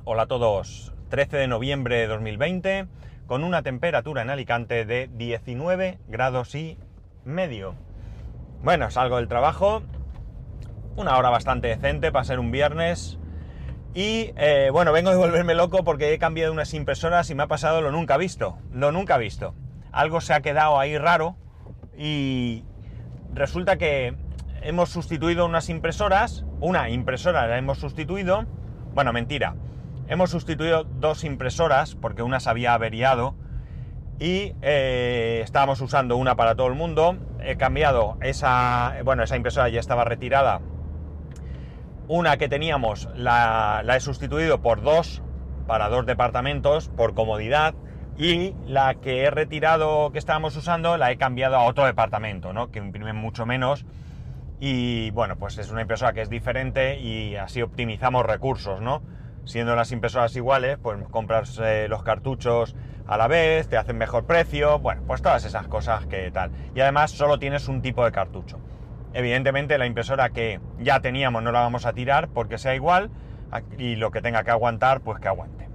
Hola a todos, 13 de noviembre de 2020, con una temperatura en Alicante de 19 grados y medio. Bueno, salgo del trabajo, una hora bastante decente para ser un viernes, y vengo de volverme loco porque he cambiado unas impresoras y me ha pasado lo nunca visto. Algo se ha quedado ahí raro y resulta que hemos sustituido unas impresoras, una impresora la hemos sustituido, bueno, mentira. Hemos sustituido dos impresoras porque una se había averiado y estábamos usando una para todo el mundo. He cambiado esa impresora ya estaba retirada. Una que teníamos la he sustituido por dos, para dos departamentos, por comodidad. Y la que he retirado que estábamos usando la he cambiado a otro departamento, ¿no? Que imprime mucho menos. Y bueno, pues es una impresora que es diferente y así optimizamos recursos, ¿no? Siendo las impresoras iguales, pues compras los cartuchos a la vez, te hacen mejor precio, bueno, pues todas esas cosas que tal. Y además solo tienes un tipo de cartucho. Evidentemente la impresora que ya teníamos no la vamos a tirar porque sea igual y lo que tenga que aguantar, pues que aguante.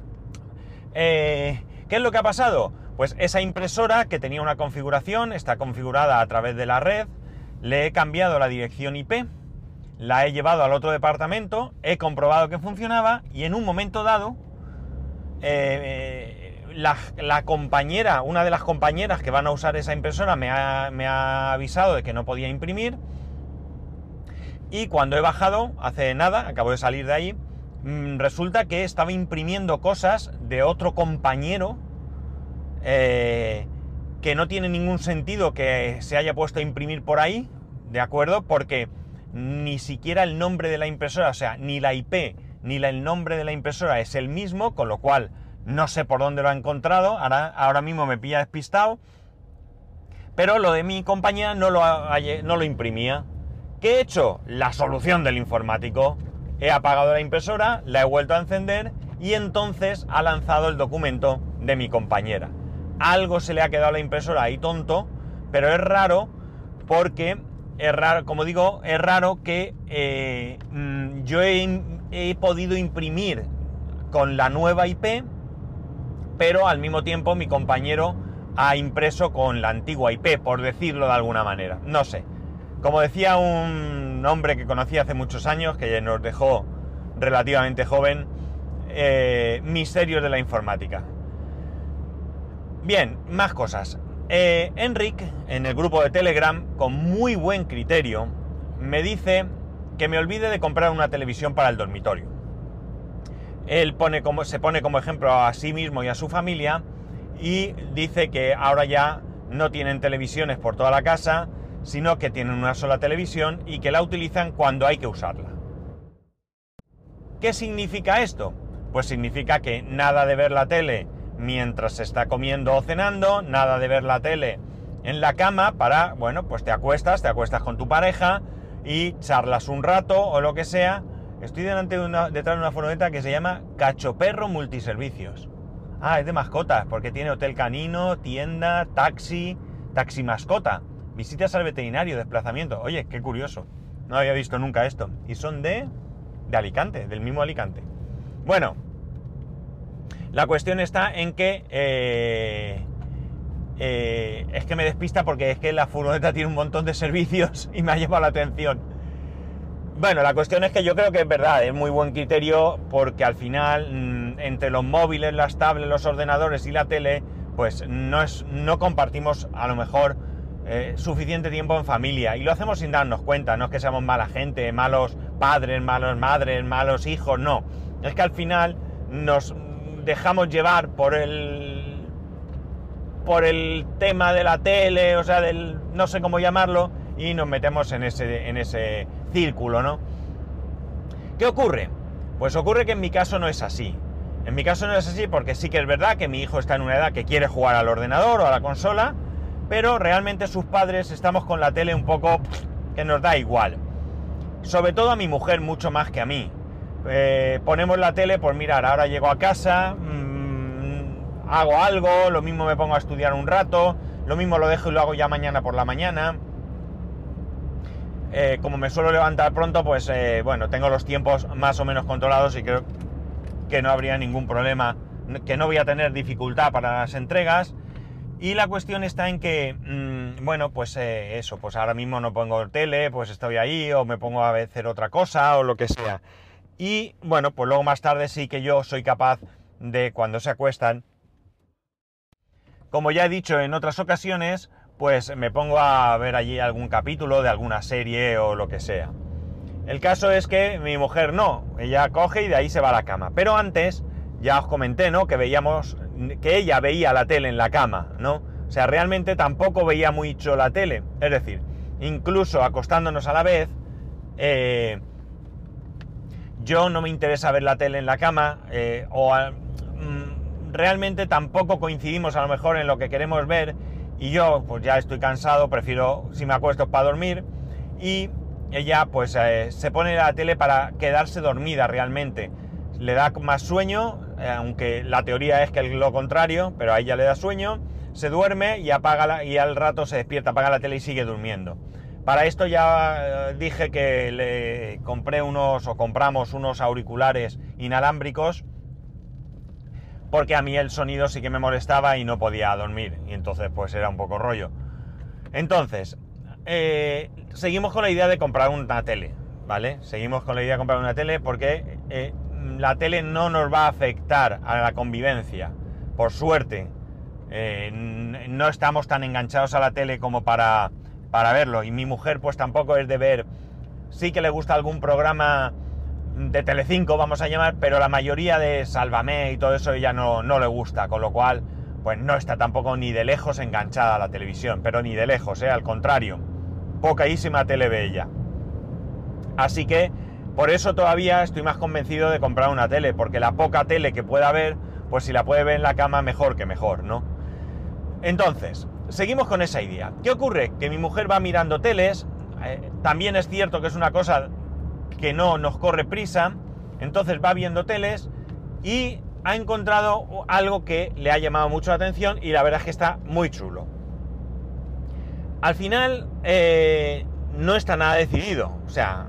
¿Qué es lo que ha pasado? Pues esa impresora que tenía una configuración, está configurada a través de la red, le he cambiado la dirección IP, la he llevado al otro departamento, he comprobado que funcionaba y en un momento dado la compañera, una de las compañeras que van a usar esa impresora me ha avisado de que no podía imprimir y cuando he bajado, hace nada, acabo de salir de ahí, resulta que estaba imprimiendo cosas de otro compañero que no tiene ningún sentido que se haya puesto a imprimir por ahí, ¿de acuerdo? Porque ni siquiera el nombre de la impresora, o sea, ni la IP ni el nombre de la impresora es el mismo, con lo cual no sé por dónde lo ha encontrado, ahora mismo me pilla despistado, pero lo de mi compañía no lo imprimía. ¿Qué he hecho? La solución del informático. He apagado la impresora, la he vuelto a encender y entonces ha lanzado el documento de mi compañera. Algo se le ha quedado a la impresora ahí tonto, pero es raro porque es raro, como digo, es raro que yo he podido imprimir con la nueva IP, pero al mismo tiempo mi compañero ha impreso con la antigua IP, por decirlo de alguna manera. No sé. Como decía un hombre que conocí hace muchos años, que nos dejó relativamente joven, misterios de la informática. Bien, más cosas. Enric, en el grupo de Telegram, con muy buen criterio, me dice que me olvide de comprar una televisión para el dormitorio. Él se pone como ejemplo a sí mismo y a su familia y dice que ahora ya no tienen televisiones por toda la casa, sino que tienen una sola televisión y que la utilizan cuando hay que usarla. ¿Qué significa esto? Pues significa que nada de ver la tele mientras se está comiendo o cenando, nada de ver la tele en la cama para, bueno, pues te acuestas con tu pareja y charlas un rato o lo que sea. Estoy detrás de una furgoneta que se llama Cachoperro Multiservicios. Ah, es de mascotas, porque tiene hotel canino, tienda, taxi mascota, visitas al veterinario, desplazamiento. Oye, qué curioso, no había visto nunca esto. Y son de Alicante, del mismo Alicante. Bueno, la cuestión está en que es que me despista porque es que la furgoneta tiene un montón de servicios y me ha llamado la atención. Bueno, la cuestión es que yo creo que es verdad, es muy buen criterio porque al final entre los móviles, las tablets, los ordenadores y la tele, pues no compartimos a lo mejor suficiente tiempo en familia y lo hacemos sin darnos cuenta. No es que seamos mala gente, malos padres, malas madres, malos hijos, no. Es que al final nos dejamos llevar por el tema de la tele, o sea, no sé cómo llamarlo, y nos metemos en ese círculo, ¿no? ¿Qué ocurre? Pues ocurre que en mi caso no es así. En mi caso no es así porque sí que es verdad que mi hijo está en una edad que quiere jugar al ordenador o a la consola, pero realmente sus padres estamos con la tele un poco que nos da igual. Sobre todo a mi mujer mucho más que a mí. Ponemos la tele por mirar, ahora llego a casa, hago algo, lo mismo me pongo a estudiar un rato, lo mismo lo dejo y lo hago ya mañana por la mañana. Como me suelo levantar pronto, pues bueno, tengo los tiempos más o menos controlados y que no habría ningún problema, que no voy a tener dificultad para las entregas. Y la cuestión está en que, bueno, pues eso, pues ahora mismo no pongo tele, pues estoy ahí, o me pongo a hacer otra cosa, o lo que sea. Y bueno, pues luego más tarde sí que yo soy capaz de, cuando se acuestan, como ya he dicho en otras ocasiones, pues me pongo a ver allí algún capítulo de alguna serie o lo que sea. El caso es que mi mujer no, ella coge y de ahí se va a la cama. Pero antes, ya os comenté, ¿no?, que ella veía la tele en la cama, ¿no? O sea, realmente tampoco veía mucho la tele. Es decir, incluso acostándonos a la vez, yo no me interesa ver la tele en la cama, realmente tampoco coincidimos a lo mejor en lo que queremos ver, y yo pues ya estoy cansado, prefiero, si me acuesto, para dormir, y ella pues se pone la tele para quedarse dormida realmente. Le da más sueño, aunque la teoría es que es lo contrario, pero a ella le da sueño, se duerme y y al rato se despierta, apaga la tele y sigue durmiendo. Para esto ya dije que le compré compramos unos auriculares inalámbricos, porque a mí el sonido sí que me molestaba y no podía dormir, y entonces pues era un poco rollo. Entonces, seguimos con la idea de comprar una tele, ¿vale? Seguimos con la idea de comprar una tele porque la tele no nos va a afectar a la convivencia, por suerte. No estamos tan enganchados a la tele como para verlo, y mi mujer pues tampoco es de ver. Sí que le gusta algún programa de Telecinco, vamos a llamar, pero la mayoría de Sálvame y todo eso ella no le gusta, con lo cual pues no está tampoco ni de lejos enganchada a la televisión, pero ni de lejos, al contrario, pocaísima tele ve ella. Así que por eso todavía estoy más convencido de comprar una tele, porque la poca tele que pueda ver, pues si la puede ver en la cama, mejor que mejor, ¿no? Entonces, seguimos con esa idea. ¿Qué ocurre? Que mi mujer va mirando teles, también es cierto que es una cosa que no nos corre prisa, entonces va viendo teles y ha encontrado algo que le ha llamado mucho la atención, y la verdad es que está muy chulo. Al final no está nada decidido, o sea,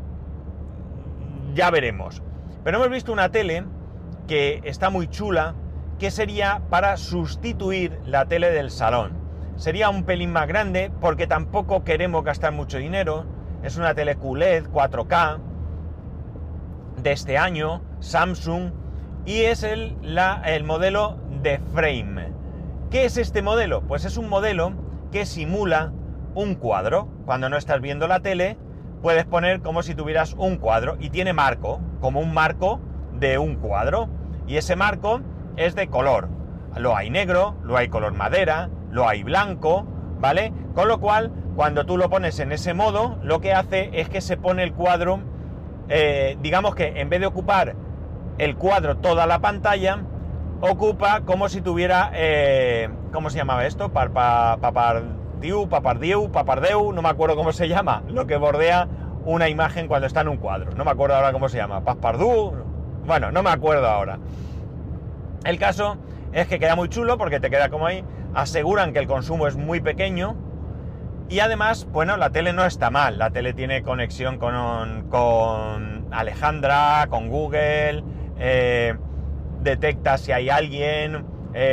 ya veremos. Pero hemos visto una tele que está muy chula, que sería para sustituir la tele del salón. Sería un pelín más grande porque tampoco queremos gastar mucho dinero. Es una tele QLED 4K de este año, Samsung, y es el modelo de Frame. ¿Qué es este modelo? Pues es un modelo que simula un cuadro. Cuando no estás viendo la tele, puedes poner como si tuvieras un cuadro, y tiene marco, como un marco de un cuadro, y ese marco es de color. Lo hay negro, lo hay color madera, lo hay blanco, ¿vale? Con lo cual, cuando tú lo pones en ese modo, lo que hace es que se pone el cuadro, digamos que en vez de ocupar el cuadro toda la pantalla, ocupa como si tuviera, ¿cómo se llamaba esto? Papardeu, no me acuerdo cómo se llama, lo que bordea una imagen cuando está en un cuadro. No me acuerdo ahora cómo se llama, Passepartout, bueno, no me acuerdo ahora. El caso es que queda muy chulo porque te queda como ahí, aseguran que el consumo es muy pequeño, y además, bueno, la tele no está mal, la tele tiene conexión con Alejandra, con Google, detecta si hay alguien,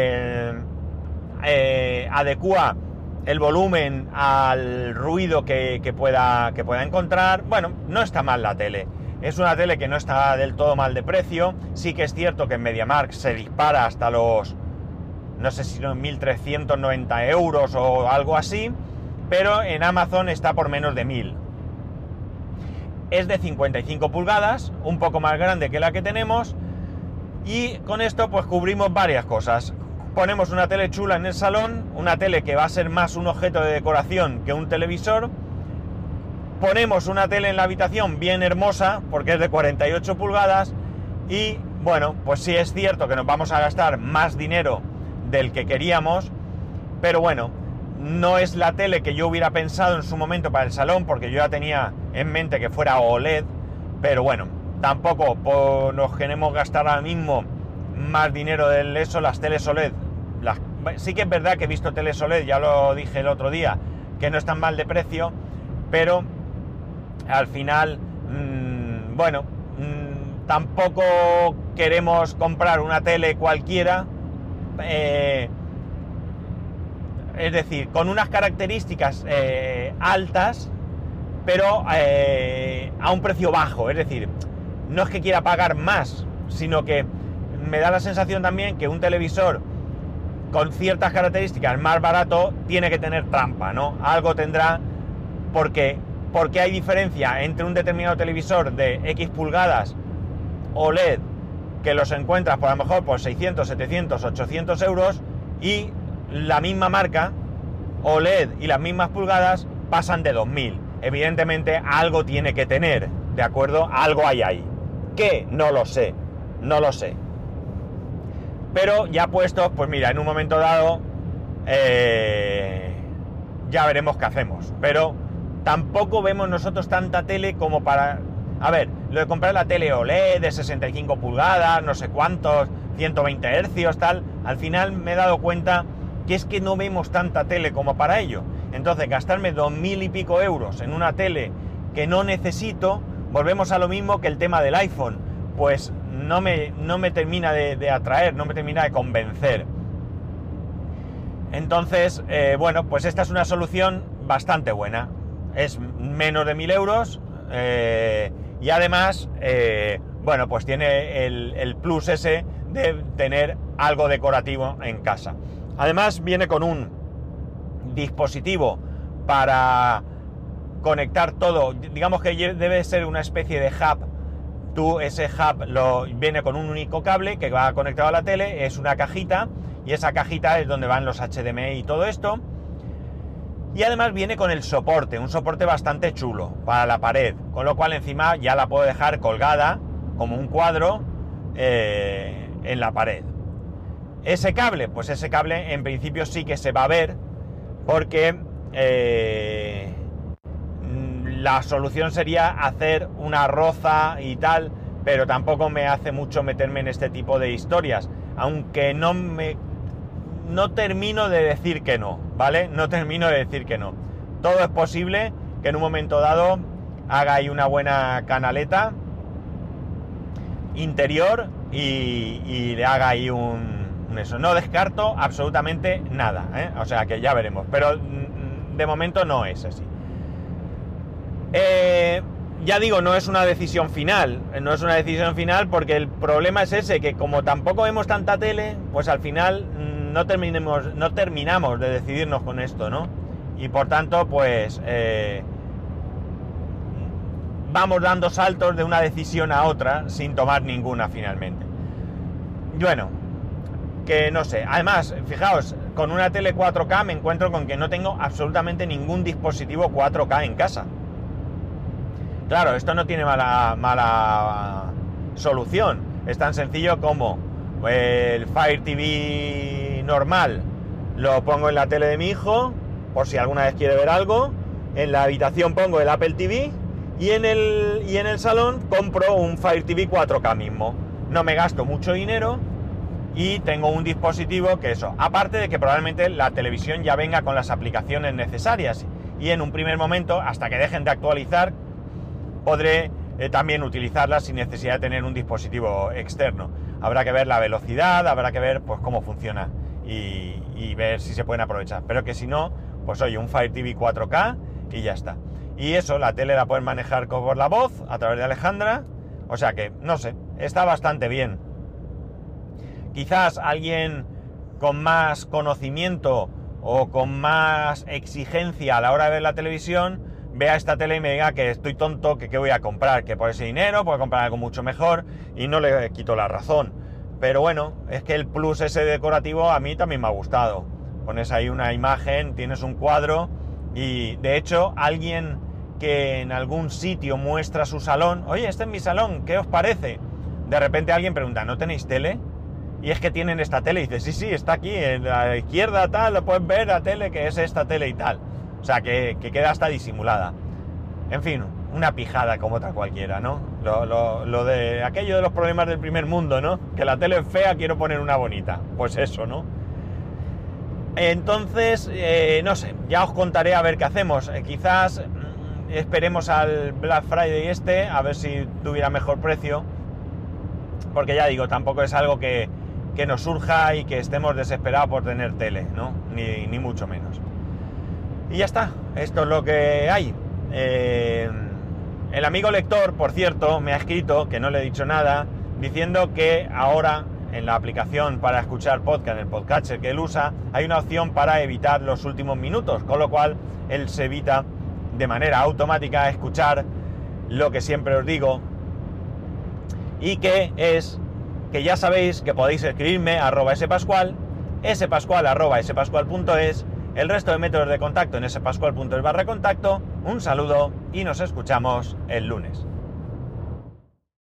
adecua el volumen al ruido que pueda encontrar. Bueno, no está mal la tele. Es una tele que no está del todo mal de precio. Sí que es cierto que en MediaMarkt se dispara hasta los, no sé si son 1.390 euros o algo así, pero en Amazon está por menos de 1.000. Es de 55 pulgadas, un poco más grande que la que tenemos, y con esto pues cubrimos varias cosas. Ponemos una tele chula en el salón, una tele que va a ser más un objeto de decoración que un televisor. Ponemos una tele en la habitación bien hermosa, porque es de 48 pulgadas, y bueno, pues sí es cierto que nos vamos a gastar más dinero del que queríamos, pero bueno, no es la tele que yo hubiera pensado en su momento para el salón, porque yo ya tenía en mente que fuera OLED, pero bueno, tampoco nos queremos gastar ahora mismo más dinero de eso. Las teles OLED, sí que es verdad que he visto teles OLED, ya lo dije el otro día, que no están mal de precio, pero al final, bueno, tampoco queremos comprar una tele cualquiera, es decir, con unas características altas, pero a un precio bajo. Es decir, no es que quiera pagar más, sino que me da la sensación también que un televisor con ciertas características más barato tiene que tener trampa, ¿no? Algo tendrá, porque hay diferencia entre un determinado televisor de X pulgadas OLED, que los encuentras por a lo mejor por 600, 700, 800 euros, y la misma marca OLED y las mismas pulgadas pasan de 2000. Evidentemente algo tiene que tener, ¿de acuerdo? Algo hay ahí. ¿Qué? No lo sé, no lo sé. Pero ya puestos, pues mira, en un momento dado ya veremos qué hacemos. Pero tampoco vemos nosotros tanta tele como para... A ver, lo de comprar la tele OLED de 65 pulgadas, no sé cuántos, 120 hercios, tal, al final me he dado cuenta que es que no vemos tanta tele como para ello. Entonces, gastarme 2000 y pico euros en una tele que no necesito, volvemos a lo mismo que el tema del iPhone, pues no me termina de atraer, no me termina de convencer. Entonces, bueno, pues esta es una solución bastante buena. Es menos de 1000 euros y además, bueno, pues tiene el plus ese de tener algo decorativo en casa. Además viene con un dispositivo para conectar todo, digamos que debe ser una especie de hub. Ese hub viene con un único cable que va conectado a la tele, es una cajita, y esa cajita es donde van los HDMI y todo esto. Y además viene con el soporte, un soporte bastante chulo para la pared, con lo cual encima ya la puedo dejar colgada como un cuadro en la pared. Ese cable, pues ese cable en principio sí que se va a ver, porque la solución sería hacer una roza y tal, pero tampoco me hace mucho meterme en este tipo de historias, aunque no termino de decir que no, ¿vale? No termino de decir que no. Todo es posible que en un momento dado haga ahí una buena canaleta interior y le haga ahí un eso. No descarto absolutamente nada, ¿eh? O sea que ya veremos, pero de momento no es así. Ya digo, no es una decisión final, porque el problema es ese, que como tampoco vemos tanta tele, pues al final no terminamos de decidirnos con esto, ¿no? Y por tanto, pues vamos dando saltos de una decisión a otra sin tomar ninguna finalmente. Bueno, que no sé. Además, fijaos, con una tele 4K me encuentro con que no tengo absolutamente ningún dispositivo 4K en casa. Claro, esto no tiene mala solución. Es tan sencillo como el Fire TV normal lo pongo en la tele de mi hijo, por si alguna vez quiere ver algo. En la habitación pongo el Apple TV y en el salón compro un Fire TV 4K mismo. No me gasto mucho dinero y tengo un dispositivo que eso. Aparte de que probablemente la televisión ya venga con las aplicaciones necesarias y en un primer momento, hasta que dejen de actualizar, podré también utilizarlas sin necesidad de tener un dispositivo externo. Habrá que ver la velocidad, habrá que ver pues cómo funciona y ver si se pueden aprovechar. Pero que si no, pues oye, un Fire TV 4K y ya está. Y eso, la tele la pueden manejar por la voz a través de Alejandra. O sea que, no sé, está bastante bien. Quizás alguien con más conocimiento o con más exigencia a la hora de ver la televisión vea esta tele y me diga que estoy tonto, que qué voy a comprar, que por ese dinero puedo comprar algo mucho mejor, y no le quito la razón. Pero bueno, es que el plus ese decorativo a mí también me ha gustado. Pones ahí una imagen, tienes un cuadro, y de hecho alguien que en algún sitio muestra su salón, oye, este es mi salón, ¿qué os parece? De repente alguien pregunta, ¿no tenéis tele? Y es que tienen esta tele, y dice, sí, está aquí, en la izquierda tal, lo puedes ver la tele, que es esta tele y tal. O sea, que queda hasta disimulada. En fin, una pijada como otra cualquiera, ¿no? Lo de aquello de los problemas del primer mundo, ¿no? Que la tele es fea, quiero poner una bonita. Pues eso, ¿no? Entonces, no sé, ya os contaré a ver qué hacemos. Quizás esperemos al Black Friday a ver si tuviera mejor precio. porque ya digo, tampoco es algo que nos surja y que estemos desesperados por tener tele, ¿no? Ni mucho menos. Y ya está, esto es lo que hay. El amigo lector, por cierto, me ha escrito, que no le he dicho nada, diciendo que ahora en la aplicación para escuchar podcast, en el podcatcher que él usa, hay una opción para evitar los últimos minutos, con lo cual él se evita de manera automática escuchar lo que siempre os digo, y que es que ya sabéis que podéis escribirme a @spascual, spascual@spascual.es, el resto de métodos de contacto en spascual.es/contacto. Un saludo y nos escuchamos el lunes.